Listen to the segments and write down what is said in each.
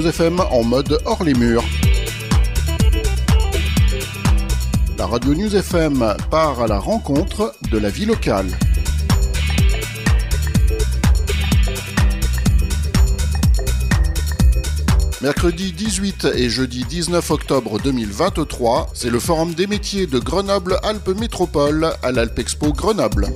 News FM en mode hors les murs. La Radio News FM part à la rencontre de la vie locale. Mercredi 18 et jeudi 19 octobre 2023, c'est le Forum des métiers de Grenoble-Alpes Métropole à l'Alpexpo Grenoble.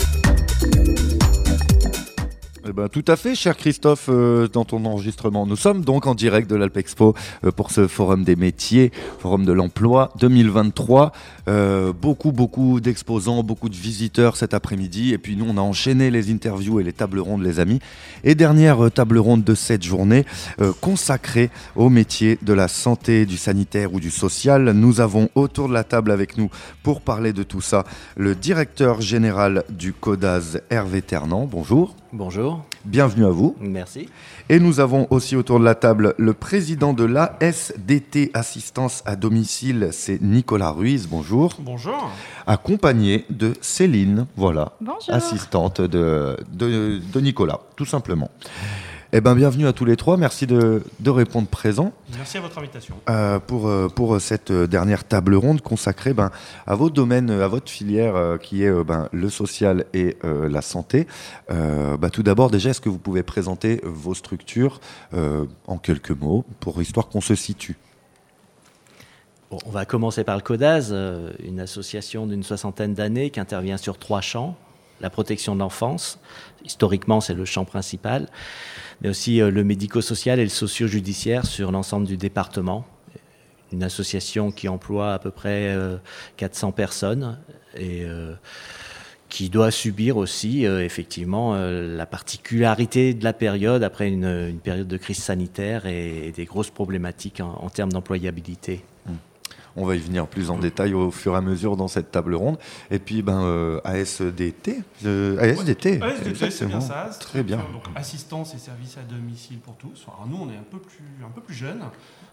Eh ben, tout à fait, cher Christophe, dans ton enregistrement. Nous sommes donc en direct de l'Alpexpo pour ce Forum des métiers, Forum de l'emploi 2023. Beaucoup d'exposants, beaucoup de visiteurs cet après-midi. Et puis nous, on a enchaîné les interviews et les tables rondes, les amis. Et dernière table ronde de cette journée, consacrée aux métiers de la santé, du sanitaire ou du social. Nous avons autour de la table avec nous, pour parler de tout ça, le directeur général du CODAS, Hervé Ternant. Bonjour. Bonjour. Bienvenue à vous. Merci. Et nous avons aussi autour de la table le président de l'ASDT Assistance à domicile, c'est Nicolas Ruiz. Bonjour. Bonjour. Accompagné de Céline, voilà. Bonjour. Assistante de Nicolas, tout simplement. Eh bien, bienvenue à tous les trois. Merci de répondre présent. Merci à votre invitation. Pour cette dernière table ronde consacrée à vos domaines, à votre filière qui est le social et la santé. Tout d'abord, déjà, est-ce que vous pouvez présenter vos structures en quelques mots, pour histoire qu'on se situe ? Bon, on va commencer par le CODAS, une association d'une 60aine d'années qui intervient sur 3 champs. La protection de l'enfance, historiquement c'est le champ principal, mais aussi le médico-social et le socio-judiciaire sur l'ensemble du département. Une association qui emploie à peu près 400 personnes et qui doit subir aussi effectivement la particularité de la période après une période de crise sanitaire et des grosses problématiques en termes d'employabilité. On va y venir plus en détail au fur et à mesure dans cette table ronde. Et puis, ASDT, c'est bien ça. Très bien. Donc, assistance et services à domicile pour tous. Alors, nous, on est un peu plus jeunes.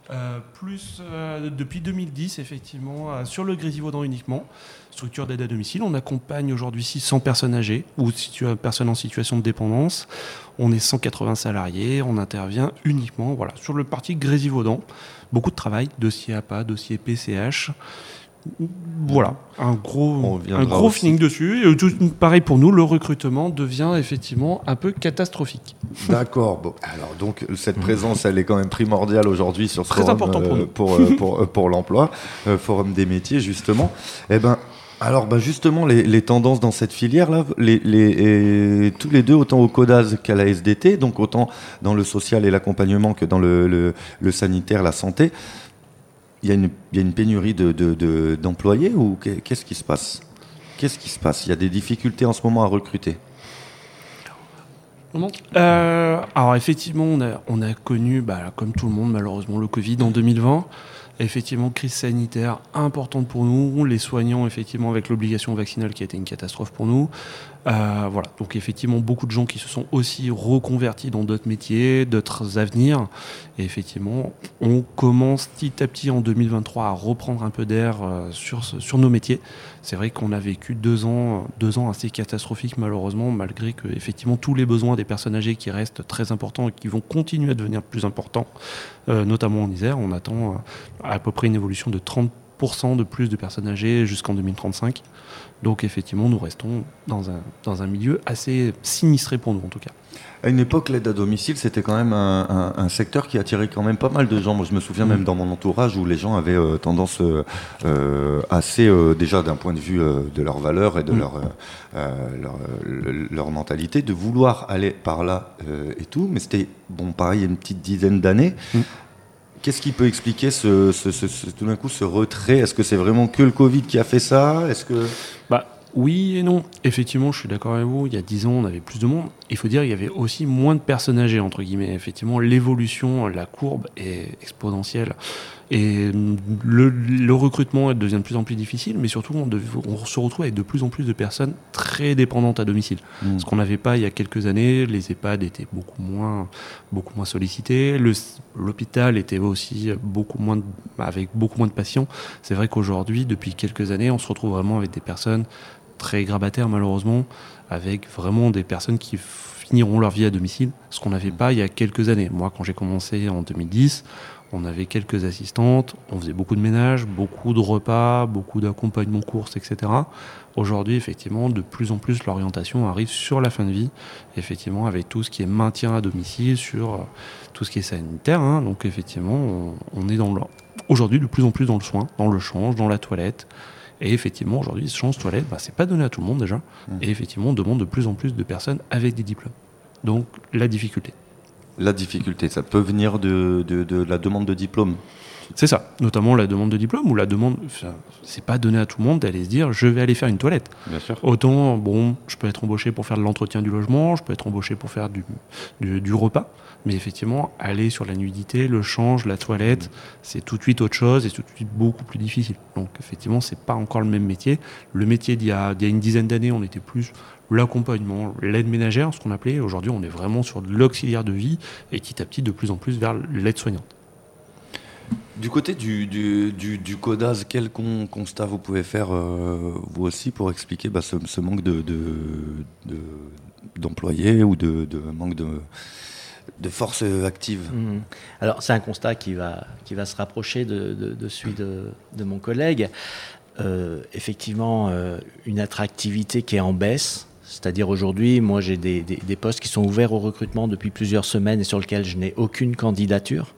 Depuis 2010, effectivement, sur le Grésivaudan uniquement. Structure d'aide à domicile. On accompagne aujourd'hui 600 personnes âgées ou personnes en situation de dépendance. On est 180 salariés. On intervient uniquement sur le parti Grésivaudan. Beaucoup de travail, dossier APA, dossier PCH. Voilà, un gros feeling dessus. Et pareil pour nous, le recrutement devient effectivement un peu catastrophique. D'accord. Bon, alors donc cette présence, elle est quand même primordiale aujourd'hui sur ce Très forum important pour nous. pour l'emploi, forum des métiers justement. Alors justement, les tendances dans cette filière-là, tous les deux, autant au CODAS qu'à la SDT, donc autant dans le social et l'accompagnement que dans le sanitaire, la santé, il y a une pénurie d'employés ou qu'est-ce qui se passe ? Il y a des difficultés en ce moment à recruter ? Alors effectivement, on a connu, comme tout le monde malheureusement, le Covid en 2020. Effectivement, crise sanitaire importante pour nous. Les soignants, effectivement, avec l'obligation vaccinale qui a été une catastrophe pour nous. Donc effectivement, beaucoup de gens qui se sont aussi reconvertis dans d'autres métiers, d'autres avenirs. Et effectivement, on commence petit à petit en 2023 à reprendre un peu d'air sur nos métiers. C'est vrai qu'on a vécu 2 ans assez catastrophiques malheureusement, malgré que effectivement tous les besoins des personnes âgées qui restent très importants et qui vont continuer à devenir plus importants, notamment en Isère. On attend à peu près une évolution de 30% de plus de personnes âgées jusqu'en 2035. Donc effectivement, nous restons dans un milieu assez sinistré pour nous en tout cas. À une époque, l'aide à domicile, c'était quand même un secteur qui attirait quand même pas mal de gens. Moi, je me souviens même dans mon entourage où les gens avaient tendance assez, déjà d'un point de vue de leur valeur et de leur mentalité, de vouloir aller par là et tout. Mais c'était, pareil, il y a une petite dizaine d'années. Qu'est-ce qui peut expliquer tout d'un coup ce retrait ? Est-ce que c'est vraiment que le Covid qui a fait ça ? Est-ce que... Oui et non. Effectivement, je suis d'accord avec vous. Il y a 10 ans, on avait plus de monde. Il faut dire qu'il y avait aussi moins de personnes âgées, entre guillemets. Effectivement, l'évolution, la courbe est exponentielle. Et le recrutement devient de plus en plus difficile, mais surtout, on se retrouve avec de plus en plus de personnes très dépendantes à domicile. Ce qu'on n'avait pas il y a quelques années. Les EHPAD étaient beaucoup moins sollicités. L'hôpital était aussi avec beaucoup moins de patients. C'est vrai qu'aujourd'hui, depuis quelques années, on se retrouve vraiment avec des personnes très grabataires, malheureusement, avec vraiment des personnes qui finiront leur vie à domicile, ce qu'on n'avait pas il y a quelques années. Moi, quand j'ai commencé en 2010, on avait quelques assistantes, on faisait beaucoup de ménage, beaucoup de repas, beaucoup d'accompagnement courses, etc. Aujourd'hui, effectivement, de plus en plus, l'orientation arrive sur la fin de vie, effectivement, avec tout ce qui est maintien à domicile, sur tout ce qui est sanitaire. Hein. Donc, effectivement, on est aujourd'hui de plus en plus dans le soin, dans le change, dans la toilette. Et effectivement, aujourd'hui, ce change toilette, c'est pas donné à tout le monde déjà. Et effectivement, on demande de plus en plus de personnes avec des diplômes. Donc, la difficulté. La difficulté, ça peut venir de la demande de diplôme. C'est ça, notamment la demande de diplôme ou la demande. C'est pas donné à tout le monde d'aller se dire je vais aller faire une toilette. Bien sûr. Autant, je peux être embauché pour faire de l'entretien du logement, je peux être embauché pour faire du repas, mais effectivement, aller sur la nudité, le change, la toilette, c'est tout de suite autre chose et tout de suite beaucoup plus difficile. Donc, effectivement, c'est pas encore le même métier. Le métier d'il y a une dizaine d'années, on était plus l'accompagnement, l'aide ménagère, ce qu'on appelait. Aujourd'hui, on est vraiment sur de l'auxiliaire de vie et petit à petit, de plus en plus vers l'aide soignante. Du côté du CODAS, quel constat vous pouvez faire, vous aussi, pour expliquer ce manque d'employés ou de manque de force active? Alors, c'est un constat qui va se rapprocher de celui de mon collègue. Effectivement, une attractivité qui est en baisse. C'est-à-dire aujourd'hui, moi j'ai des postes qui sont ouverts au recrutement depuis plusieurs semaines et sur lesquels je n'ai aucune candidature.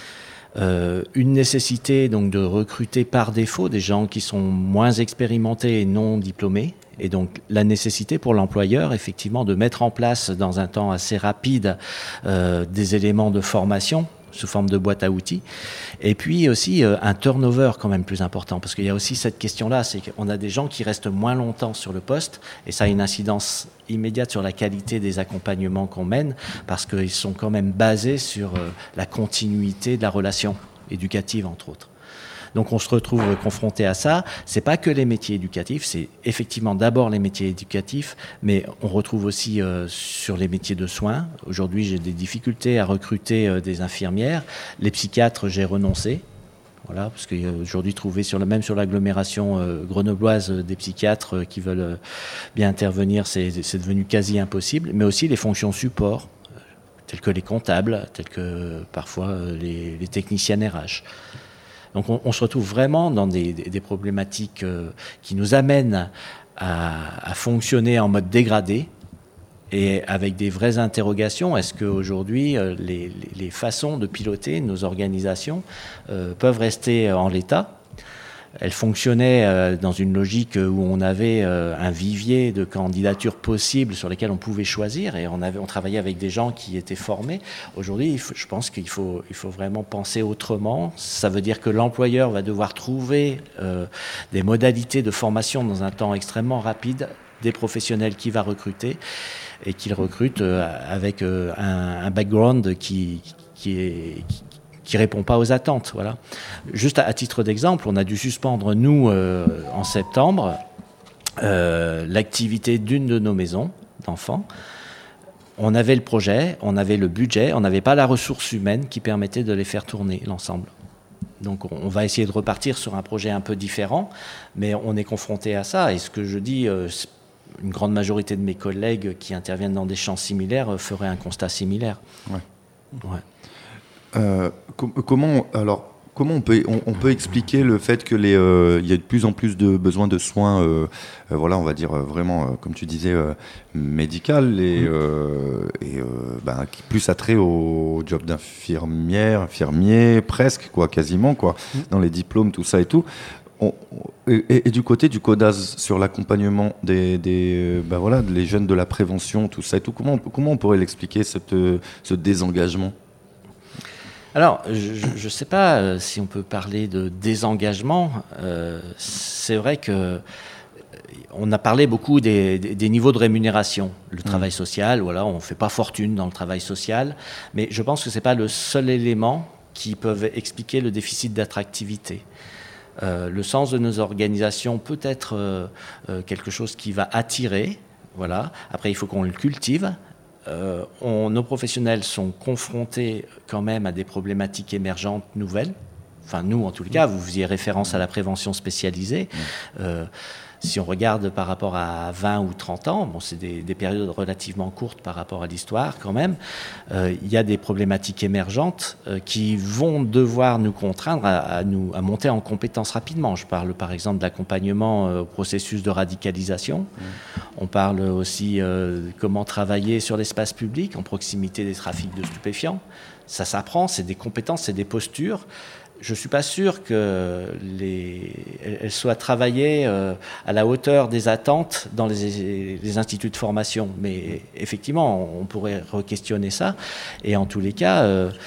Une nécessité donc de recruter par défaut des gens qui sont moins expérimentés et non diplômés. Et donc la nécessité pour l'employeur, effectivement, de mettre en place dans un temps assez rapide des éléments de formation sous forme de boîte à outils. Et puis aussi un turnover quand même plus important, parce qu'il y a aussi cette question-là, c'est qu'on a des gens qui restent moins longtemps sur le poste, et ça a une incidence immédiate sur la qualité des accompagnements qu'on mène, parce qu'ils sont quand même basés sur la continuité de la relation éducative, entre autres. Donc on se retrouve confronté à ça. C'est pas que les métiers éducatifs, c'est effectivement d'abord les métiers éducatifs, mais on retrouve aussi sur les métiers de soins. Aujourd'hui, j'ai des difficultés à recruter des infirmières. Les psychiatres, j'ai renoncé. Voilà, parce qu'aujourd'hui, trouver même sur l'agglomération grenobloise des psychiatres qui veulent bien intervenir, c'est devenu quasi impossible. Mais aussi les fonctions support, telles que les comptables, telles que parfois les techniciens RH. Donc on se retrouve vraiment dans des problématiques qui nous amènent à fonctionner en mode dégradé et avec des vraies interrogations. Est-ce qu'aujourd'hui, les façons de piloter nos organisations peuvent rester en l'état ? Elle fonctionnait dans une logique où on avait un vivier de candidatures possibles sur lesquelles on pouvait choisir et on travaillait avec des gens qui étaient formés. Aujourd'hui, je pense qu'il faut vraiment penser autrement. Ça veut dire que l'employeur va devoir trouver des modalités de formation dans un temps extrêmement rapide, des professionnels qu'il va recruter et qu'il recrute avec un background qui répond pas aux attentes. Voilà. Juste à titre d'exemple, on a dû suspendre, nous, en septembre, l'activité d'une de nos maisons d'enfants. On avait le projet, on avait le budget, on n'avait pas la ressource humaine qui permettait de les faire tourner l'ensemble. Donc on va essayer de repartir sur un projet un peu différent, mais on est confronté à ça. Et ce que je dis, une grande majorité de mes collègues qui interviennent dans des champs similaires feraient un constat similaire. Ouais. Comment on peut expliquer le fait que il y a de plus en plus de besoins de soins, on va dire vraiment, comme tu disais, médical et plus attrait au job d'infirmière, infirmier, presque quasiment dans les diplômes, tout ça et tout. Et du côté du CODAS sur l'accompagnement les jeunes de la prévention, tout ça et tout, comment on pourrait l'expliquer ce désengagement? Alors, je ne sais pas si on peut parler de désengagement. C'est vrai que on a parlé beaucoup des niveaux de rémunération. Le travail social, on ne fait pas fortune dans le travail social, mais je pense que ce n'est pas le seul élément qui peut expliquer le déficit d'attractivité. Le sens de nos organisations peut être quelque chose qui va attirer. Voilà. Après, il faut qu'on le cultive. Nos professionnels sont confrontés quand même à des problématiques émergentes nouvelles. Enfin, nous, en tout cas, vous faisiez référence à la prévention spécialisée. Si on regarde par rapport à 20 ou 30 ans, bon, c'est des périodes relativement courtes par rapport à l'histoire quand même, il y a des problématiques émergentes qui vont devoir nous contraindre à monter en compétences rapidement. Je parle par exemple d'accompagnement au processus de radicalisation. On parle aussi de comment travailler sur l'espace public en proximité des trafics de stupéfiants. Ça s'apprend, c'est des compétences, c'est des postures. Je ne suis pas sûr qu'elles soient travaillées à la hauteur des attentes dans les instituts de formation. Mais effectivement, on pourrait re-questionner ça. Et en tous les cas,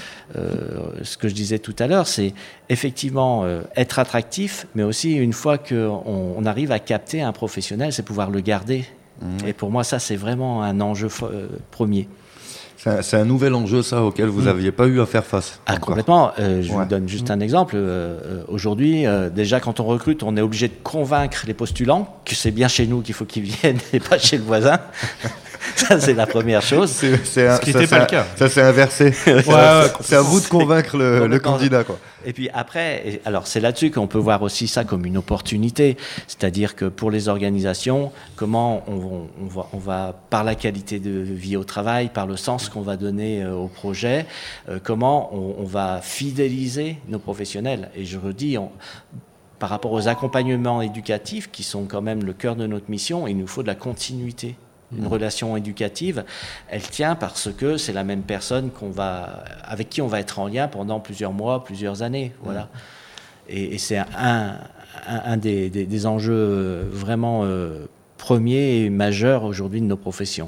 ce que je disais tout à l'heure, c'est effectivement être attractif, mais aussi une fois qu'on arrive à capter un professionnel, c'est pouvoir le garder. Et pour moi, ça, c'est vraiment un enjeu premier. C'est un nouvel enjeu, ça, auquel vous n'aviez pas eu à faire face. Ah, complètement. Je vous donne juste un exemple. Aujourd'hui, déjà, quand on recrute, on est obligé de convaincre les postulants que c'est bien chez nous qu'il faut qu'ils viennent et pas chez le voisin. Ça, c'est la première chose. Ce qui n'était pas le cas. Ça, c'est inversé. C'est à vous de convaincre le candidat, quoi. Et puis après, alors c'est là-dessus qu'on peut voir aussi ça comme une opportunité. C'est-à-dire que pour les organisations, comment on va par la qualité de vie au travail, par le sens qu'on va donner au projet, comment on va fidéliser nos professionnels. Et je redis, par rapport aux accompagnements éducatifs qui sont quand même le cœur de notre mission, il nous faut de la continuité. Une relation éducative, elle tient parce que c'est la même personne avec qui on va être en lien pendant plusieurs mois, plusieurs années. Voilà. Et c'est un des enjeux vraiment premiers et majeurs aujourd'hui de nos professions.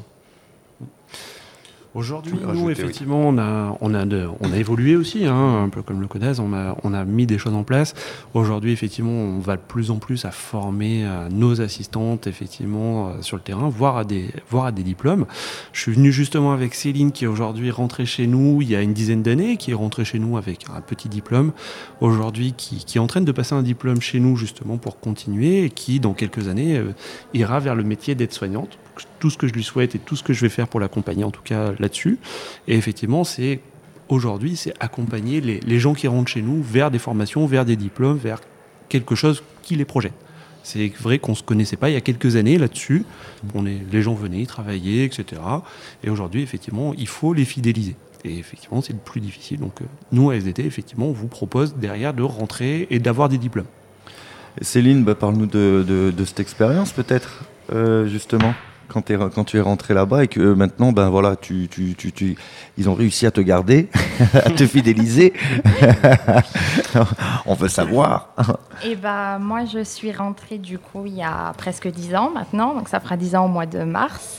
Aujourd'hui, nous, effectivement, on a évolué aussi, un peu comme le CODAS, on a mis des choses en place. Aujourd'hui, effectivement, on va de plus en plus à former nos assistantes, effectivement, sur le terrain, voire à des diplômes. Je suis venu justement avec Céline, qui est aujourd'hui rentrée chez nous il y a une dizaine d'années, qui est rentrée chez nous avec un petit diplôme, aujourd'hui, qui est en train de passer un diplôme chez nous, justement, pour continuer, et qui, dans quelques années, ira vers le métier d'aide-soignante. Tout ce que je lui souhaite et tout ce que je vais faire pour l'accompagner, en tout cas là-dessus. Et effectivement, aujourd'hui, c'est accompagner les gens qui rentrent chez nous vers des formations, vers des diplômes, vers quelque chose qui les projette. C'est vrai qu'on ne se connaissait pas il y a quelques années là-dessus. Les gens venaient travailler, etc. Et aujourd'hui, effectivement, il faut les fidéliser. Et effectivement, c'est le plus difficile. Donc, nous, à SDT, effectivement, on vous propose derrière de rentrer et d'avoir des diplômes. Céline, parle-nous de cette expérience, peut-être, justement. Quand tu es rentré là-bas et que maintenant, voilà, ils ont réussi à te garder, à te fidéliser. On veut savoir. Et moi, je suis rentrée du coup il y a presque 10 ans maintenant, donc ça fera 10 ans au mois de mars.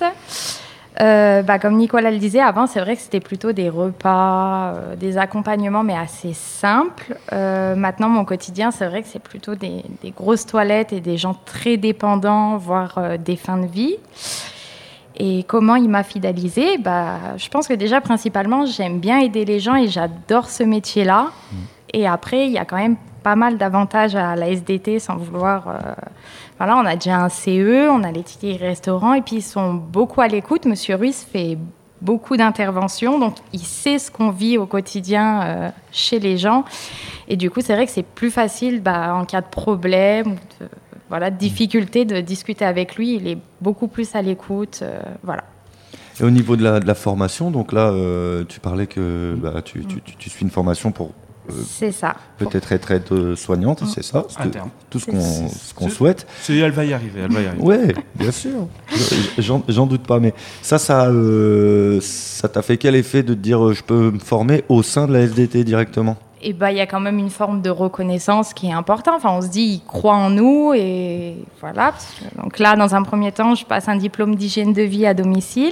Comme Nicolas le disait, avant, c'est vrai que c'était plutôt des repas, des accompagnements, mais assez simples. Maintenant, mon quotidien, c'est vrai que c'est plutôt des grosses toilettes et des gens très dépendants, voire des fins de vie. Et comment il m'a fidélisée ? Je pense que déjà, principalement, j'aime bien aider les gens et j'adore ce métier-là. Et après, il y a quand même pas mal d'avantages à la SDT, sans vouloir... Voilà, on a déjà un CE, on a les tickets restaurants, et puis ils sont beaucoup à l'écoute. Monsieur Ruiz fait beaucoup d'interventions, donc il sait ce qu'on vit au quotidien chez les gens. Et du coup, c'est vrai que c'est plus facile en cas de problème ou de difficulté de discuter avec lui. Il est beaucoup plus à l'écoute. Voilà. Et au niveau de la formation, donc là, tu parlais que tu suis une formation pour... c'est ça. Peut-être être aide-soignante, c'est ça. À terme. Tout ce qu'on souhaite. Elle va y arriver. Oui, bien sûr. J'en doute pas. Mais ça t'a fait quel effet de te dire je peux me former au sein de la SDT directement ? Et il y a quand même une forme de reconnaissance qui est importante. Enfin, on se dit, il croit en nous et voilà. Donc là, dans un premier temps, je passe un diplôme d'hygiène de vie à domicile.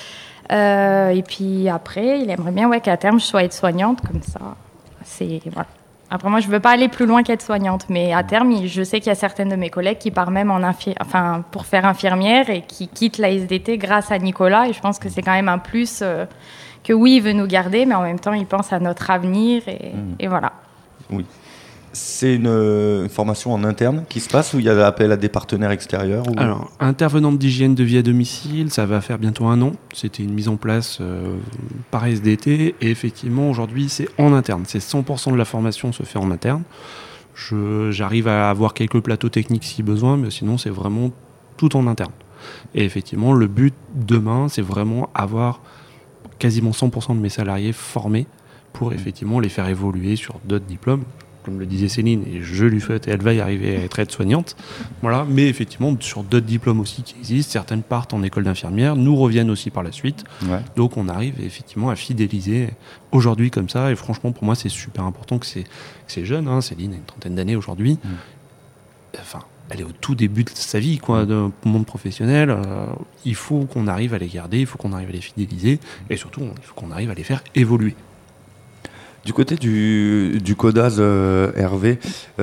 Et puis après, il aimerait bien qu'à terme, je sois aide-soignante comme ça. Voilà. Après, moi, je ne veux pas aller plus loin qu'aide-soignante, mais à terme, je sais qu'il y a certaines de mes collègues qui partent même pour faire infirmière et qui quittent la SDT grâce à Nicolas. Et je pense que c'est quand même un plus que oui, il veut nous garder, mais en même temps, il pense à notre avenir et voilà. Oui. C'est une formation en interne qui se passe ou il y a appel à des partenaires extérieurs ou... Alors, intervenante d'hygiène de vie à domicile, ça va faire bientôt 1 an. C'était une mise en place par SDT et effectivement, aujourd'hui, c'est en interne. C'est 100% de la formation se fait en interne. J'arrive à avoir quelques plateaux techniques si besoin, mais sinon c'est vraiment tout en interne. Et effectivement, le but demain, c'est vraiment avoir quasiment 100% de mes salariés formés pour effectivement les faire évoluer sur d'autres diplômes. Comme le disait Céline, et je lui souhaite, et elle va y arriver à être aide-soignante. Voilà. Mais effectivement, sur d'autres diplômes aussi qui existent, certaines partent en école d'infirmière, nous reviennent aussi par la suite. Ouais. Donc on arrive effectivement à fidéliser aujourd'hui comme ça. Et franchement, pour moi, c'est super important que c'est jeune. Hein. Céline a une trentaine d'années aujourd'hui. Enfin, elle est au tout début de sa vie, quoi, de monde professionnel. Il faut qu'on arrive à les garder, il faut qu'on arrive à les fidéliser. Et surtout, il faut qu'on arrive à les faire évoluer. Du côté du CODAS, Hervé,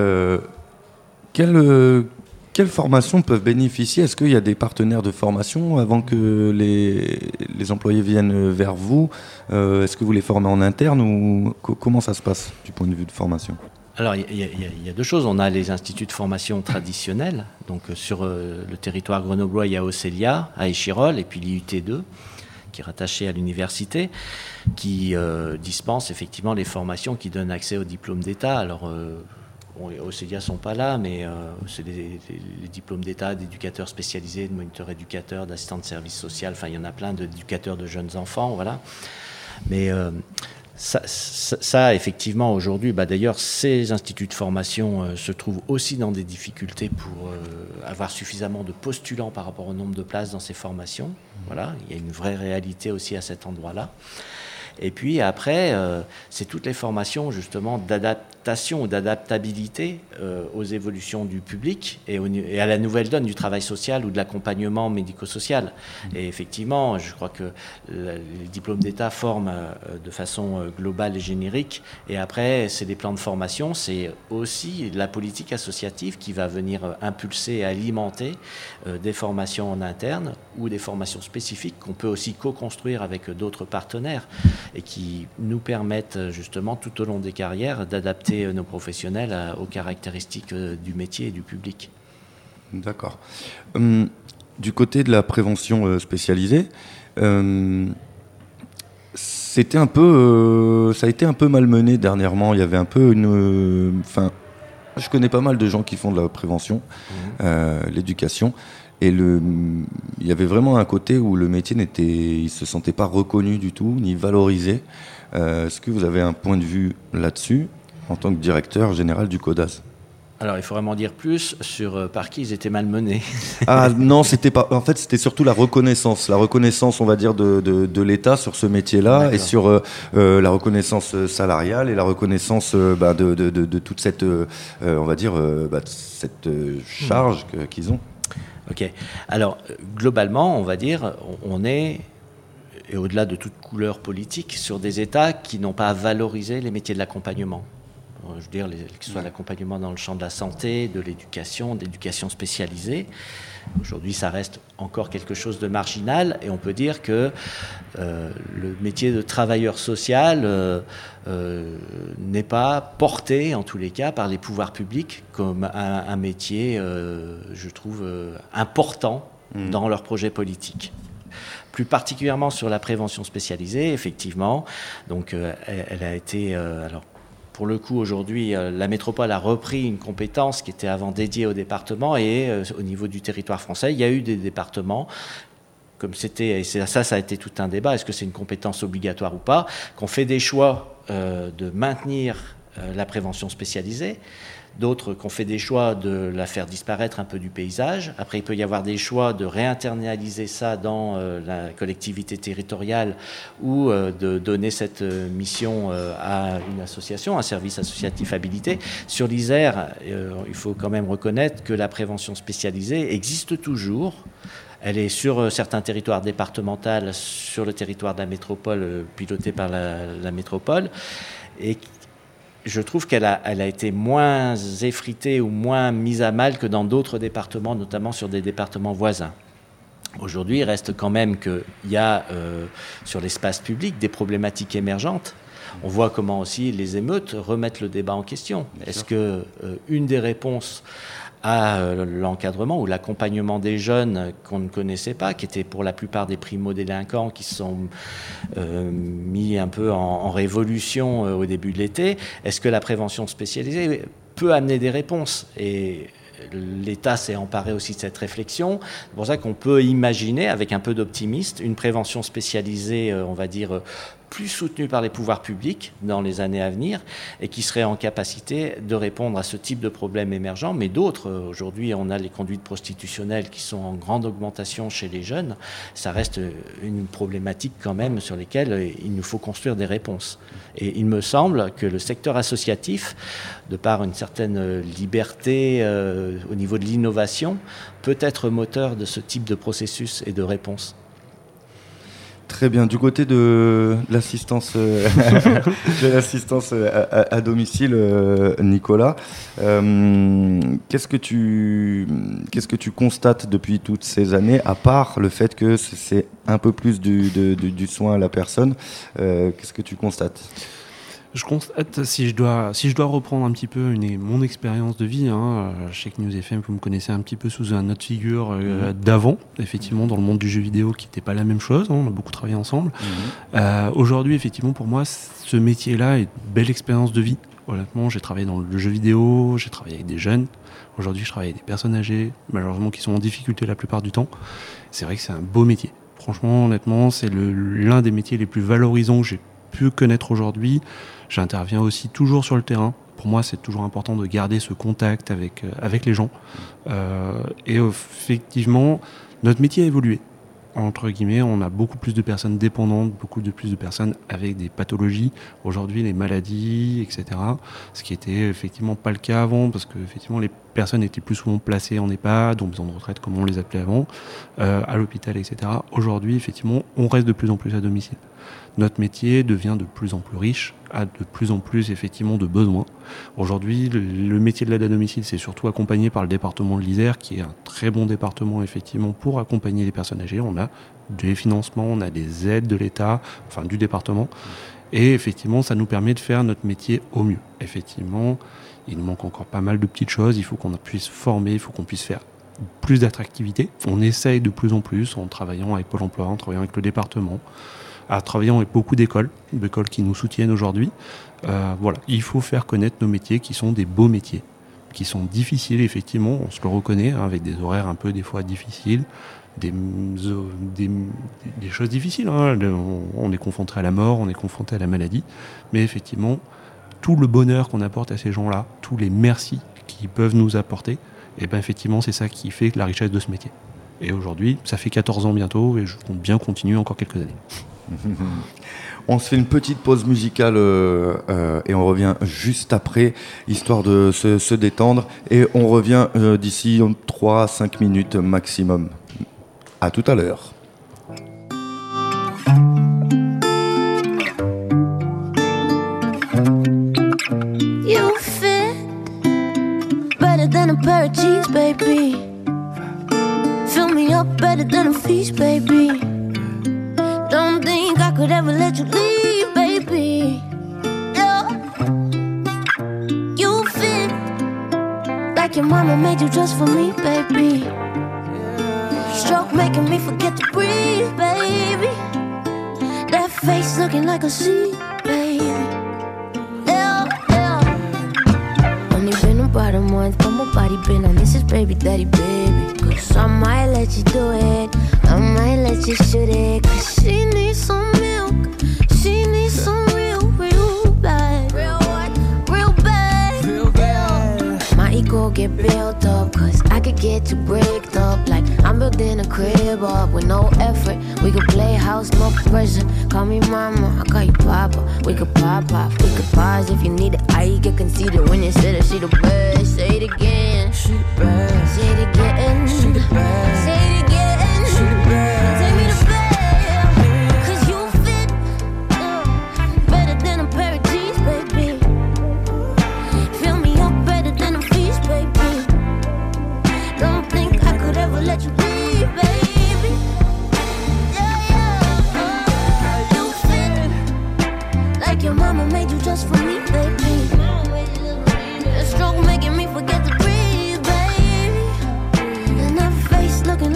quelles formations peuvent bénéficier ? Est-ce qu'il y a des partenaires de formation avant que les employés viennent vers vous ? Est-ce que vous les formez en interne ou comment ça se passe du point de vue de formation ? Alors, il y a deux choses. On a les instituts de formation traditionnels. Donc, sur le territoire grenoblois, il y a Océlia, à Échirolles, et puis l'IUT2, qui est rattaché à l'université, qui dispense effectivement les formations qui donnent accès au diplôme d'État. Alors, les Océlia ne sont pas là, mais c'est les diplômes d'État d'éducateurs spécialisés, de moniteurs éducateurs, d'assistants de service social. Enfin, il y en a plein d'éducateurs de jeunes enfants, voilà. Mais ça, effectivement, aujourd'hui, d'ailleurs, ces instituts de formation se trouvent aussi dans des difficultés pour avoir suffisamment de postulants par rapport au nombre de places dans ces formations. Voilà, il y a une vraie réalité aussi à cet endroit-là. Et puis après, c'est toutes les formations justement d'adaptation ou d'adaptabilité aux évolutions du public et à la nouvelle donne du travail social ou de l'accompagnement médico-social. Et effectivement, je crois que les diplômes d'État forment de façon globale et générique. Et après, c'est des plans de formation, c'est aussi la politique associative qui va venir impulser et alimenter des formations en interne ou des formations spécifiques qu'on peut aussi co-construire avec d'autres partenaires et qui nous permettent justement tout au long des carrières d'adapter nos professionnels aux caractéristiques du métier et du public. D'accord. Du côté de la prévention spécialisée, c'était un peu, ça a été un peu malmené dernièrement. Il y avait un peu je connais pas mal de gens qui font de la prévention, l'éducation. Et il y avait vraiment un côté où le métier il se sentait pas reconnu du tout, ni valorisé. Est-ce que vous avez un point de vue là-dessus, en tant que directeur général du CODAS ? Alors, il faut vraiment dire plus sur par qui ils étaient malmenés. Ah non, c'était pas. En fait, c'était surtout la reconnaissance, on va dire, de l'État sur ce métier-là. D'accord. Et sur la reconnaissance salariale et la reconnaissance de toute cette, on va dire, cette charge qu'ils ont. Ok. Alors, globalement, on va dire, on est, et au-delà de toute couleur politique, sur des États qui n'ont pas valorisé les métiers de l'accompagnement. Je veux dire, que ce soit l'accompagnement dans le champ de la santé, de l'éducation spécialisée. Aujourd'hui, ça reste encore quelque chose de marginal et on peut dire que le métier de travailleur social n'est pas porté, en tous les cas, par les pouvoirs publics comme un métier, je trouve, important dans leurs projets politiques. Plus particulièrement sur la prévention spécialisée, effectivement. Donc, elle a été... Pour le coup, aujourd'hui, la métropole a repris une compétence qui était avant dédiée au département et au niveau du territoire français, il y a eu des départements, comme c'était, et ça a été tout un débat, est-ce que c'est une compétence obligatoire ou pas, qu'on fait des choix de maintenir la prévention spécialisée, d'autres qu'on fait des choix de la faire disparaître un peu du paysage. Après, il peut y avoir des choix de réinternaliser ça dans la collectivité territoriale ou de donner cette mission à une association, un service associatif habilité. Sur l'Isère, il faut quand même reconnaître que la prévention spécialisée existe toujours. Elle est sur certains territoires départementaux, sur le territoire de la métropole, piloté par la métropole. Et je trouve qu'elle a été moins effritée ou moins mise à mal que dans d'autres départements, notamment sur des départements voisins. Aujourd'hui, il reste quand même qu'il y a sur l'espace public des problématiques émergentes. On voit comment aussi les émeutes remettent le débat en question. Est-ce qu'une des réponses à l'encadrement ou l'accompagnement des jeunes qu'on ne connaissait pas, qui étaient pour la plupart des primo-délinquants qui se sont mis un peu en révolution au début de l'été, est-ce que la prévention spécialisée peut amener des réponses. Et l'État s'est emparé aussi de cette réflexion. C'est pour ça qu'on peut imaginer, avec un peu d'optimisme, une prévention spécialisée, on va dire, plus soutenue par les pouvoirs publics dans les années à venir et qui serait en capacité de répondre à ce type de problèmes émergents, mais d'autres. Aujourd'hui, on a les conduites prostitutionnelles qui sont en grande augmentation chez les jeunes. Ça reste une problématique quand même sur lesquelles il nous faut construire des réponses. Et il me semble que le secteur associatif, de par une certaine liberté au niveau de l'innovation, peut être moteur de ce type de processus et de réponse. Très bien. Du côté de l'assistance, à domicile, Nicolas, qu'est-ce que tu constates depuis toutes ces années, à part le fait que c'est un peu plus du soin à la personne, qu'est-ce que tu constates ? Je constate, si je dois reprendre un petit peu mon expérience de vie, chez News FM, vous me connaissez un petit peu sous un autre figure d'avant, effectivement, dans le monde du jeu vidéo, qui n'était pas la même chose, on a beaucoup travaillé ensemble. Aujourd'hui, effectivement, pour moi, ce métier-là est une belle expérience de vie. Honnêtement, j'ai travaillé dans le jeu vidéo, j'ai travaillé avec des jeunes. Aujourd'hui, je travaille avec des personnes âgées, malheureusement, qui sont en difficulté la plupart du temps. C'est vrai que c'est un beau métier. Franchement, honnêtement, c'est l'un des métiers les plus valorisants que j'ai pu connaître aujourd'hui. J'interviens aussi toujours sur le terrain. Pour moi, c'est toujours important de garder ce contact avec les gens. Et effectivement, notre métier a évolué. Entre guillemets, on a beaucoup plus de personnes dépendantes, plus de personnes avec des pathologies. Aujourd'hui, les maladies, etc. Ce qui était effectivement pas le cas avant, parce que effectivement, les personnes étaient plus souvent placées en EHPAD, en maison de retraite, comme on les appelait avant, à l'hôpital, etc. Aujourd'hui, effectivement, on reste de plus en plus à domicile. Notre métier devient de plus en plus riche, a de plus en plus effectivement de besoins. Aujourd'hui, le métier de l'aide à domicile, c'est surtout accompagné par le département de l'Isère, qui est un très bon département effectivement pour accompagner les personnes âgées. On a des financements, on a des aides de l'État, enfin du département, et effectivement, ça nous permet de faire notre métier au mieux. Effectivement, il nous manque encore pas mal de petites choses. Il faut qu'on puisse former, il faut qu'on puisse faire plus d'attractivité. On essaye de plus en plus en travaillant avec Pôle emploi, en travaillant avec le département, en travaillant avec beaucoup d'écoles qui nous soutiennent aujourd'hui. Voilà, il faut faire connaître nos métiers qui sont des beaux métiers, qui sont difficiles effectivement, on se le reconnaît, avec des horaires un peu des fois difficiles, des choses difficiles. On est confronté à la mort, on est confronté à la maladie, mais effectivement, tout le bonheur qu'on apporte à ces gens-là, tous les merci qu'ils peuvent nous apporter, et ben effectivement, c'est ça qui fait la richesse de ce métier. Et aujourd'hui, ça fait 14 ans bientôt, et je compte bien continuer encore quelques années. On se fait une petite pause musicale et on revient juste après, histoire de se détendre, et on revient d'ici 3-5 minutes maximum. À tout à l'heure. You fit better than a pair of jeans, baby. Fill me up better than a feast, baby. Don't think I could ever let you leave, baby. Yeah. You fit like your mama made you just for me, baby. Stroke making me forget to breathe, baby. That face looking like a sea, baby. Yeah, yeah. Only been about a month, but my body been on this is baby daddy, baby. Cause I might let you do it, I might let you shoot it. Cause she needs some milk, she needs some real bad. Real what? Real bad. Real bad. My ego get built up, cause I could get you breaked up. Like I'm building a crib up with no effort. We could play house, no pressure. Call me mama, I call you papa. We could pop, we could pause if you need it. I get conceited when you said that she the best. Say it again, she the best. Say it again, she the best. Say it again, she the best. Take me to bed, cause you fit better than a pair of jeans, baby. Fill me up better than a feast, baby. Don't think I could ever let you leave, baby. Yeah. You fit like your mama made you just for me, baby. A stroke making me forget to breathe, baby. And that face looking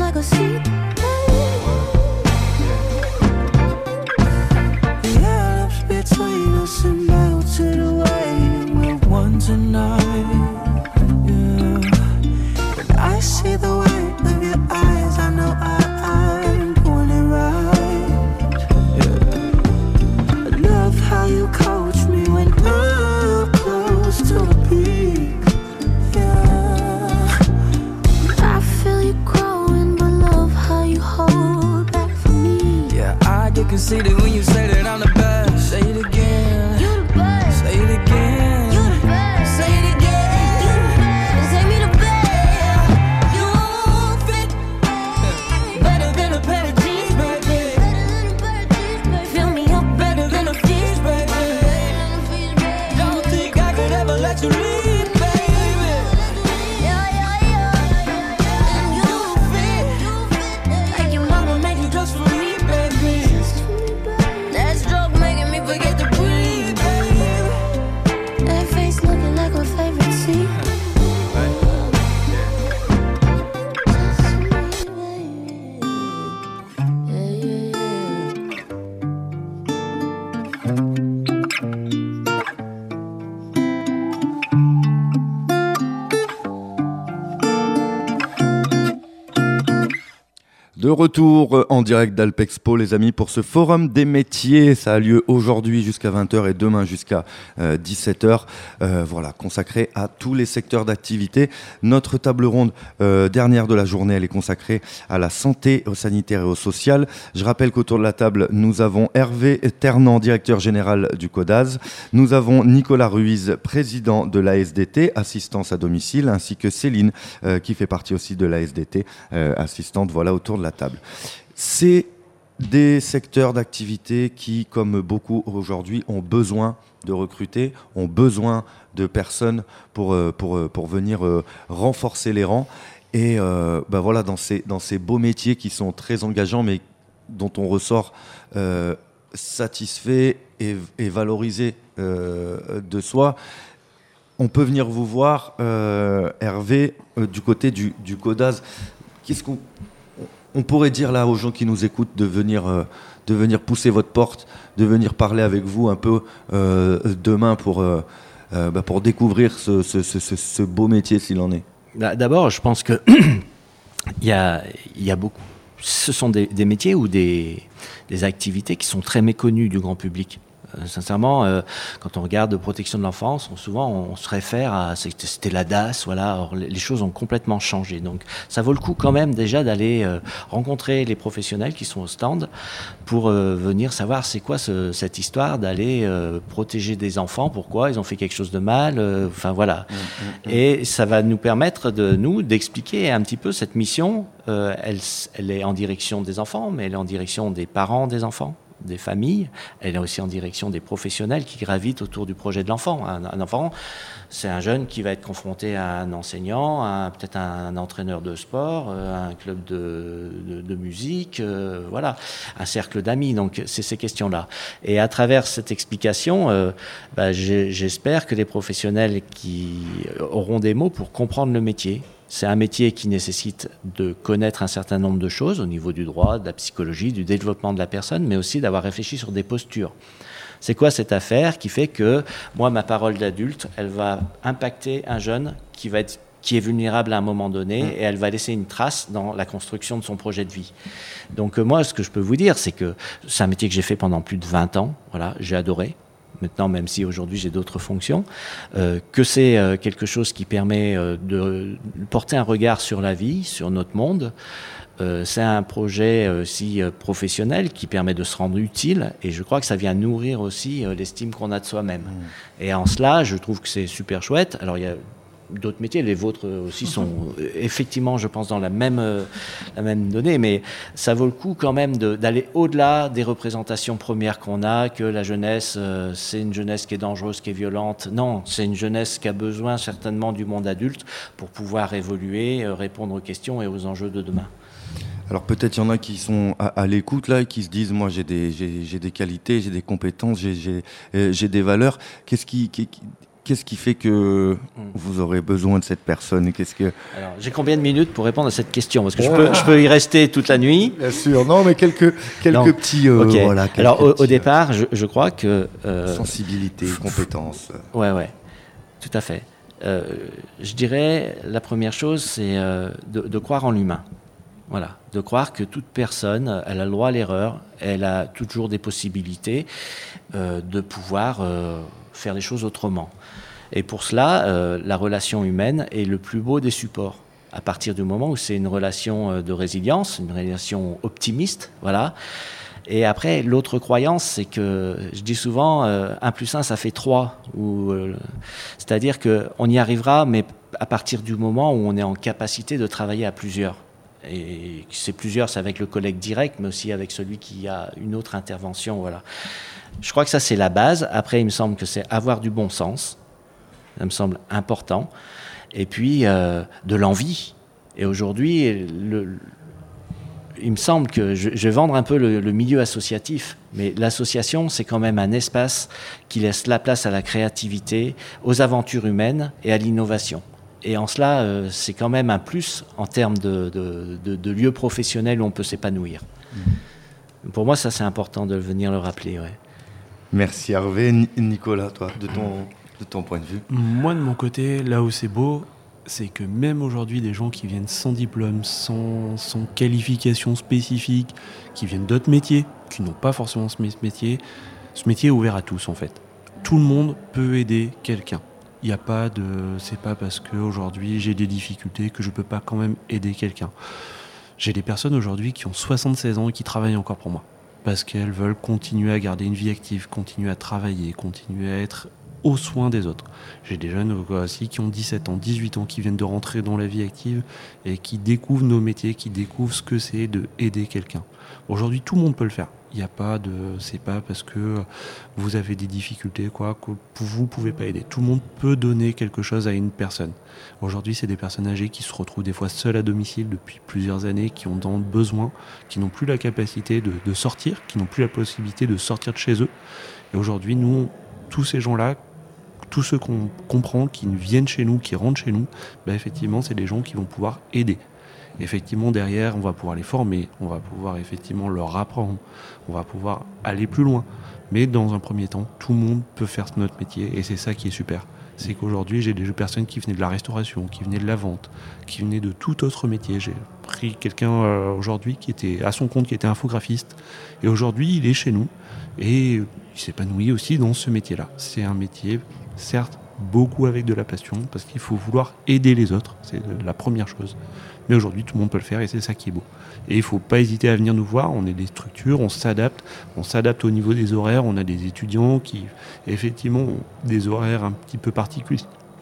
conceited when you say that I'm the best. Say it again. You the best. Say it again. You the best. Say it again. You the best. Say me the best. You fit better than a pair of jeans, baby. Fill me up Better than a fish, baby. Don't think I could ever let you leave, baby. And you fit like your mama made you just for me, baby. That stroke making me forget to breathe, baby. That face looking like my favorite scene. De retour en direct d'Alpexpo, les amis, pour ce forum des métiers. Ça a lieu aujourd'hui jusqu'à 20h et demain jusqu'à 17h. Voilà, consacré à tous les secteurs d'activité. Notre table ronde dernière de la journée, elle est consacrée à la santé, au sanitaire et au social. Je rappelle qu'autour de la table, nous avons Hervé Ternant, directeur général du CODAS. Nous avons Nicolas Ruiz, président de l'ASDT, assistance à domicile, ainsi que Céline, qui fait partie aussi de l'ASDT, assistante, voilà, autour de la table. C'est des secteurs d'activité qui, comme beaucoup aujourd'hui, ont besoin de recruter, ont besoin de personnes pour venir renforcer les rangs. Et voilà, dans ces beaux métiers qui sont très engageants, mais dont on ressort satisfait et valorisé de soi, on peut venir vous voir, Hervé, du côté du CODAS. Qu'est-ce qu'on pourrait dire là aux gens qui nous écoutent de venir pousser votre porte, de venir parler avec vous un peu demain pour découvrir ce beau métier s'il en est? D'abord, je pense que il y a beaucoup. Ce sont des métiers ou des activités qui sont très méconnues du grand public. Sincèrement, quand on regarde protection de l'enfance, souvent on se réfère à c'était la DAS, voilà. Or, les choses ont complètement changé. Donc, ça vaut le coup quand même déjà d'aller rencontrer les professionnels qui sont au stand pour venir savoir c'est quoi cette histoire d'aller protéger des enfants. Pourquoi ils ont fait quelque chose de mal. Enfin voilà. Et ça va nous permettre d'expliquer un petit peu cette mission. Elle est en direction des enfants, mais elle est en direction des parents des enfants, des familles. Elle est aussi en direction des professionnels qui gravitent autour du projet de l'enfant. Un enfant, c'est un jeune qui va être confronté à un enseignant, peut-être un entraîneur de sport, un club de musique, voilà, un cercle d'amis. Donc, c'est ces questions-là. Et à travers cette explication, j'espère que les professionnels qui auront des mots pour comprendre le métier. C'est un métier qui nécessite de connaître un certain nombre de choses au niveau du droit, de la psychologie, du développement de la personne, mais aussi d'avoir réfléchi sur des postures. C'est quoi cette affaire qui fait que, moi, ma parole d'adulte, elle va impacter un jeune qui est vulnérable à un moment donné et elle va laisser une trace dans la construction de son projet de vie. Donc moi, ce que je peux vous dire, c'est que c'est un métier que j'ai fait pendant plus de 20 ans. Voilà, j'ai adoré. Maintenant, même si aujourd'hui j'ai d'autres fonctions, que c'est quelque chose qui permet de porter un regard sur la vie, sur notre monde. C'est un projet aussi professionnel qui permet de se rendre utile, et je crois que ça vient nourrir aussi l'estime qu'on a de soi-même. Et en cela, je trouve que c'est super chouette. Alors, il y a d'autres métiers, les vôtres aussi sont effectivement, je pense, dans la même donnée, mais ça vaut le coup quand même d'aller au-delà des représentations premières qu'on a, que la jeunesse, c'est une jeunesse qui est dangereuse, qui est violente. Non, c'est une jeunesse qui a besoin certainement du monde adulte pour pouvoir évoluer, répondre aux questions et aux enjeux de demain. Alors peut-être il y en a qui sont à l'écoute là et qui se disent moi j'ai des qualités, j'ai des compétences, j'ai des valeurs. Qu'est-ce qui fait que vous aurez besoin de cette personne? Alors, j'ai combien de minutes pour répondre à cette question? Parce que je peux y rester toute la nuit. Bien sûr, non, mais quelques petits... okay. Voilà, alors, au départ, je crois que... sensibilité, compétences. Ouais, tout à fait. Je dirais, la première chose, c'est de croire en l'humain. Voilà, de croire que toute personne, elle a le droit à l'erreur, elle a toujours des possibilités de pouvoir faire les choses autrement. Et pour cela, la relation humaine est le plus beau des supports. À partir du moment où c'est une relation de résilience, une relation optimiste, voilà, Et après, l'autre croyance, c'est que, je dis souvent, 1 + 1, ça fait 3. C'est-à-dire qu'on y arrivera, mais à partir du moment où on est en capacité de travailler à plusieurs. Et c'est plusieurs, c'est avec le collègue direct, mais aussi avec celui qui a une autre intervention. Voilà. Je crois que ça, c'est la base. Après, il me semble que c'est avoir du bon sens. Ça me semble important. Et puis, de l'envie. Et aujourd'hui, il me semble que je vais vendre un peu le milieu associatif, mais l'association, c'est quand même un espace qui laisse la place à la créativité, aux aventures humaines et à l'innovation. Et en cela, c'est quand même un plus en termes de lieux professionnels où on peut s'épanouir. Pour moi, ça, c'est important de venir le rappeler. Ouais. Merci Hervé. Nicolas, toi, de ton point de vue. Moi, de mon côté, là où c'est beau, c'est que même aujourd'hui, des gens qui viennent sans diplôme, sans qualification spécifique, qui viennent d'autres métiers, qui n'ont pas forcément ce métier est ouvert à tous en fait. Tout le monde peut aider quelqu'un. Il n'y a pas de... C'est pas parce qu'aujourd'hui j'ai des difficultés que je ne peux pas quand même aider quelqu'un. J'ai des personnes aujourd'hui qui ont 76 ans et qui travaillent encore pour moi. Parce qu'elles veulent continuer à garder une vie active, continuer à travailler, continuer à être aux soins des autres. J'ai des jeunes aussi qui ont 17 ans, 18 ans, qui viennent de rentrer dans la vie active et qui découvrent nos métiers, qui découvrent ce que c'est de aider quelqu'un. Aujourd'hui, tout le monde peut le faire. Il n'y a pas de... C'est pas parce que vous avez des difficultés, que vous ne pouvez pas aider. Tout le monde peut donner quelque chose à une personne. Aujourd'hui, c'est des personnes âgées qui se retrouvent des fois seules à domicile depuis plusieurs années, qui ont besoin, qui n'ont plus la capacité de sortir, qui n'ont plus la possibilité de sortir de chez eux. Et aujourd'hui, nous, tous ces gens-là, tous ceux qu'on comprend, qui viennent chez nous, qui rentrent chez nous, effectivement, c'est des gens qui vont pouvoir aider. Effectivement, derrière, on va pouvoir les former, on va pouvoir effectivement leur apprendre, on va pouvoir aller plus loin. Mais dans un premier temps, tout le monde peut faire notre métier et c'est ça qui est super. C'est qu'aujourd'hui, j'ai des personnes qui venaient de la restauration, qui venaient de la vente, qui venaient de tout autre métier. J'ai pris quelqu'un aujourd'hui qui était à son compte, qui était infographiste. Et aujourd'hui, il est chez nous et il s'épanouit aussi dans ce métier-là. C'est un métier, certes, beaucoup avec de la passion, parce qu'il faut vouloir aider les autres, c'est la première chose. Mais aujourd'hui, tout le monde peut le faire et c'est ça qui est beau. Et il ne faut pas hésiter à venir nous voir, on est des structures, on s'adapte au niveau des horaires, on a des étudiants qui, effectivement, ont des horaires un petit peu particuliers,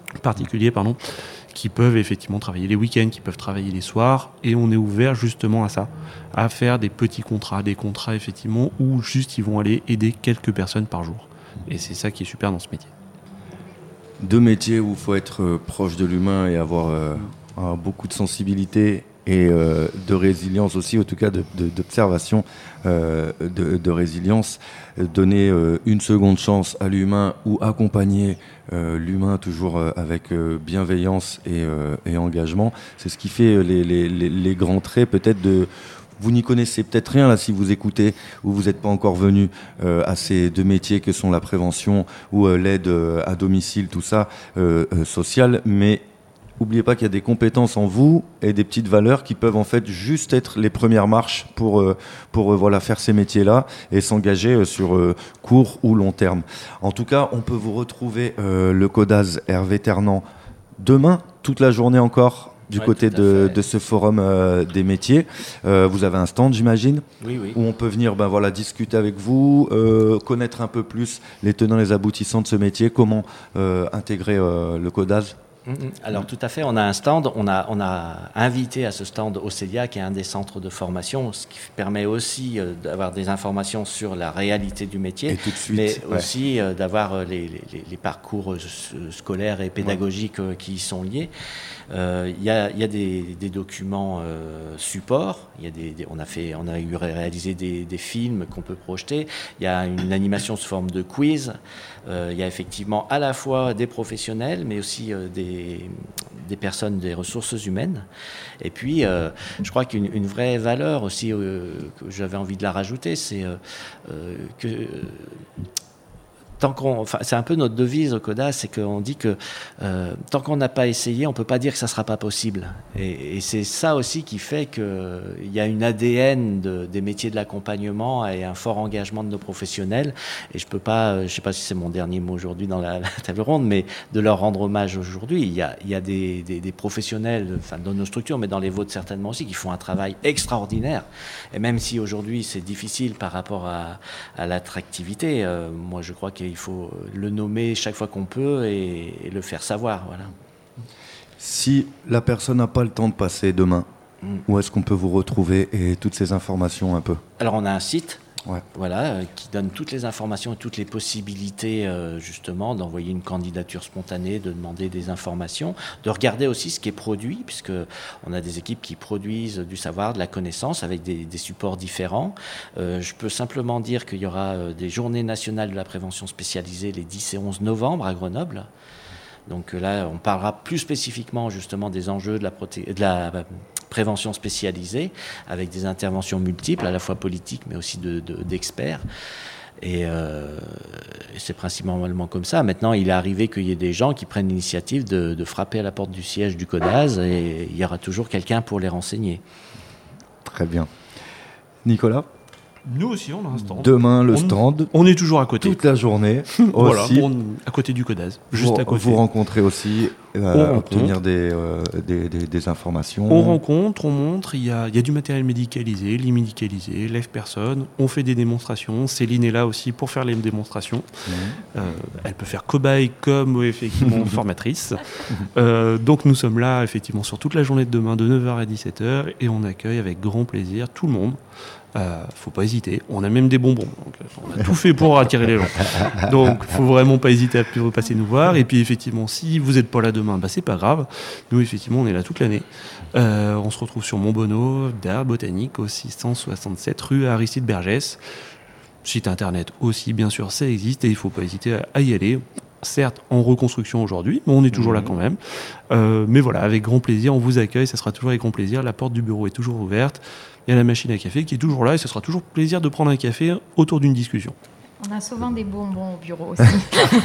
qui peuvent effectivement travailler les week-ends, qui peuvent travailler les soirs, et on est ouvert justement à ça, à faire des petits contrats, des contrats effectivement, où juste ils vont aller aider quelques personnes par jour. Et c'est ça qui est super dans ce métier. Deux métiers où il faut être proche de l'humain et avoir beaucoup de sensibilité et de résilience aussi, en tout cas d'observation, de résilience. Donner une seconde chance à l'humain ou accompagner l'humain toujours avec bienveillance et engagement. C'est ce qui fait les grands traits peut-être de... Vous n'y connaissez peut-être rien là si vous écoutez ou vous n'êtes pas encore venu à ces deux métiers que sont la prévention ou l'aide à domicile, tout ça, social, mais n'oubliez pas qu'il y a des compétences en vous et des petites valeurs qui peuvent en fait juste être les premières marches pour faire ces métiers-là et s'engager sur court ou long terme. En tout cas, on peut vous retrouver le Codaz Hervé Ternant demain, toute la journée encore, du côté de ce forum des métiers. Vous avez un stand, j'imagine, oui. Où on peut venir discuter avec vous, connaître un peu plus les tenants et les aboutissants de ce métier, comment intégrer le Codaz. Alors tout à fait, on a un stand, on a invité à ce stand Océlia, qui est un des centres de formation, ce qui permet aussi d'avoir des informations sur la réalité du métier, et tout de suite, mais aussi d'avoir les parcours scolaires et pédagogiques qui y sont liés. Il y a des documents supports, on a eu réalisé des films qu'on peut projeter, il y a une animation sous forme de quiz, il y a effectivement à la fois des professionnels mais aussi des personnes des ressources humaines. Et puis je crois qu'une vraie valeur aussi que j'avais envie de la rajouter, c'est que c'est un peu notre devise au CODAS, c'est qu'on dit que tant qu'on n'a pas essayé, on peut pas dire que ça sera pas possible. Et c'est ça aussi qui fait qu'il y a une ADN des métiers de l'accompagnement et un fort engagement de nos professionnels. Et je sais pas si c'est mon dernier mot aujourd'hui dans la table ronde, mais de leur rendre hommage aujourd'hui. Il y a des professionnels, enfin dans nos structures, mais dans les vôtres certainement aussi, qui font un travail extraordinaire. Et même si aujourd'hui c'est difficile par rapport à l'attractivité, moi je crois qu'il faut le nommer chaque fois qu'on peut et le faire savoir. Voilà. Si la personne n'a pas le temps de passer demain, où est-ce qu'on peut vous retrouver et toutes ces informations un peu ? Alors on a un site. Ouais. Voilà, qui donne toutes les informations et toutes les possibilités justement d'envoyer une candidature spontanée, de demander des informations, de regarder aussi ce qui est produit, puisque on a des équipes qui produisent du savoir, de la connaissance avec des supports différents. Je peux simplement dire qu'il y aura des journées nationales de la prévention spécialisée les 10 et 11 novembre à Grenoble. Donc là, on parlera plus spécifiquement justement des enjeux de la prévention spécialisée, avec des interventions multiples, à la fois politiques, mais aussi d'experts. Et c'est principalement comme ça. Maintenant, il est arrivé qu'il y ait des gens qui prennent l'initiative de frapper à la porte du siège du CODAS, et il y aura toujours quelqu'un pour les renseigner. Très bien. Nicolas ? Nous aussi, on a un stand. Demain, le stand. On est toujours à côté. Toute la journée. Voilà, aussi. à côté du CODAS. Juste à côté. Vous rencontrez aussi, obtenir des informations. On rencontre, on montre. Il y a du matériel médicalisé, l'immédicalisé, lève-personne. On fait des démonstrations. Céline est là aussi pour faire les démonstrations. Elle peut faire cobaye comme effectivement formatrice. Donc nous sommes là effectivement sur toute la journée de demain de 9h à 17h et on accueille avec grand plaisir tout le monde. Faut pas hésiter. On a même des bonbons. Donc, on a tout fait pour attirer les gens. Donc, faut vraiment pas hésiter à passer nous voir. Et puis, effectivement, si vous n'êtes pas là demain, c'est pas grave. Nous, effectivement, on est là toute l'année. On se retrouve sur Montbonneau, d'art botanique, au 667 rue Aristide Bergès. Site internet aussi, bien sûr, ça existe et il faut pas hésiter à y aller. Certes, en reconstruction aujourd'hui, mais on est toujours là quand même. Mais voilà, avec grand plaisir, on vous accueille. Ça sera toujours avec grand plaisir. La porte du bureau est toujours ouverte. Il y a la machine à café qui est toujours là et ce sera toujours plaisir de prendre un café autour d'une discussion. On a souvent des bonbons au bureau aussi.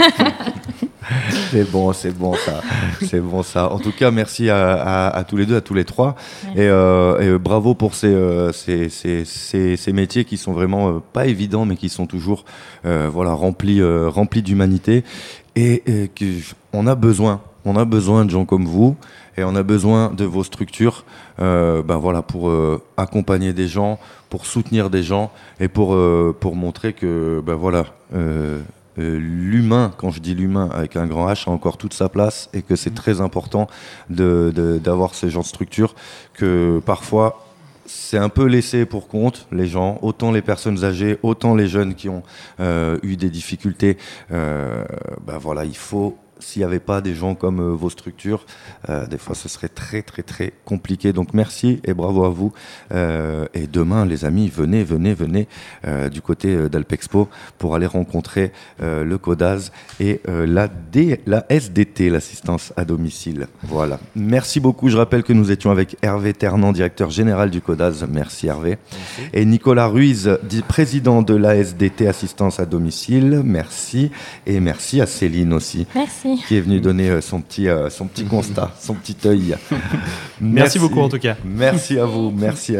C'est bon ça. En tout cas, merci à tous les deux, à tous les trois. Et bravo pour ces métiers qui sont vraiment pas évidents, mais qui sont toujours remplis d'humanité. Et on a besoin de gens comme vous. Et on a besoin de vos structures pour accompagner des gens, pour soutenir des gens et pour montrer que l'humain, quand je dis l'humain avec un grand H, a encore toute sa place et que c'est très important d'avoir ce genre de structure, que parfois c'est un peu laissé pour compte, les gens, autant les personnes âgées, autant les jeunes qui ont eu des difficultés. Il faut... S'il n'y avait pas des gens comme vos structures, des fois ce serait très très très compliqué. Donc merci et bravo à vous. Et demain les amis, venez du côté d'Alpexpo pour aller rencontrer le CODAS et la SDT, l'assistance à domicile. Voilà. Merci beaucoup. Je rappelle que nous étions avec Hervé Ternant, directeur général du CODAS. Merci Hervé. Merci. Et Nicolas Ruiz, président de la SDT, assistance à domicile. Merci. Et merci à Céline aussi. Merci. Qui est venu donner son petit constat, son petit œil. Merci beaucoup en tout cas. Merci à vous, merci.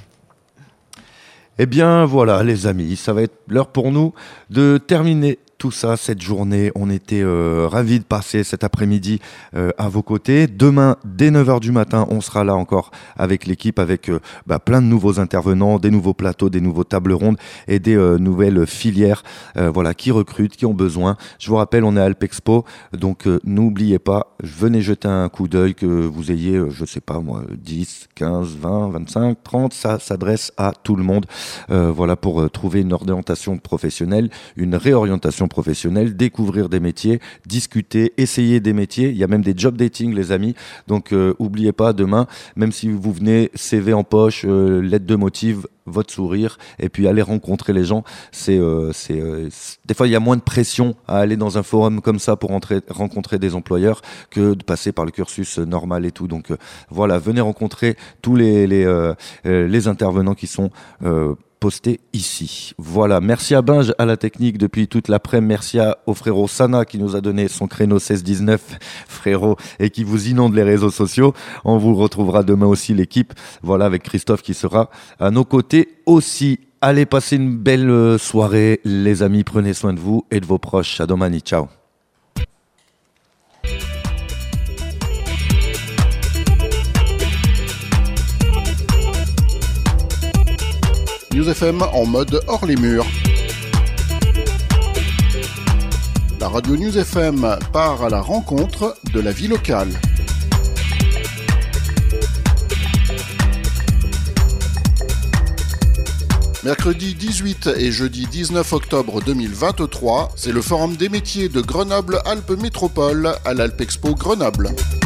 Eh bien voilà les amis, ça va être l'heure pour nous de terminer tout ça, cette journée. On était ravis de passer cet après-midi à vos côtés. Demain, dès 9h du matin, on sera là encore avec l'équipe, avec plein de nouveaux intervenants, des nouveaux plateaux, des nouveaux tables rondes et des nouvelles filières qui recrutent, qui ont besoin. Je vous rappelle, on est à Alpexpo, donc n'oubliez pas, venez jeter un coup d'œil, que vous ayez, 10, 15, 20, 25, 30, ça s'adresse à tout le monde. Pour trouver une orientation professionnelle, une réorientation professionnelle, découvrir des métiers, discuter, essayer des métiers. Il y a même des job dating, les amis. Donc, oubliez pas, demain, même si vous venez CV en poche, lettre de motive, votre sourire, et puis aller rencontrer les gens. Des fois, il y a moins de pression à aller dans un forum comme ça pour rencontrer des employeurs que de passer par le cursus normal et tout. Donc, venez rencontrer tous les intervenants qui sont posté ici. Voilà, merci à Binge à la technique depuis toute l'après-midi. Merci au frérot Sana qui nous a donné son créneau 16-19, frérot, et qui vous inonde les réseaux sociaux. On vous retrouvera demain aussi, l'équipe. Voilà, avec Christophe qui sera à nos côtés aussi. Allez, passez une belle soirée, les amis. Prenez soin de vous et de vos proches. À domani, ciao. News FM en mode hors les murs. La radio News FM part à la rencontre de la vie locale. Mercredi 18 et jeudi 19 octobre 2023, c'est le Forum des métiers de Grenoble-Alpes Métropole à l'Alpexpo Grenoble.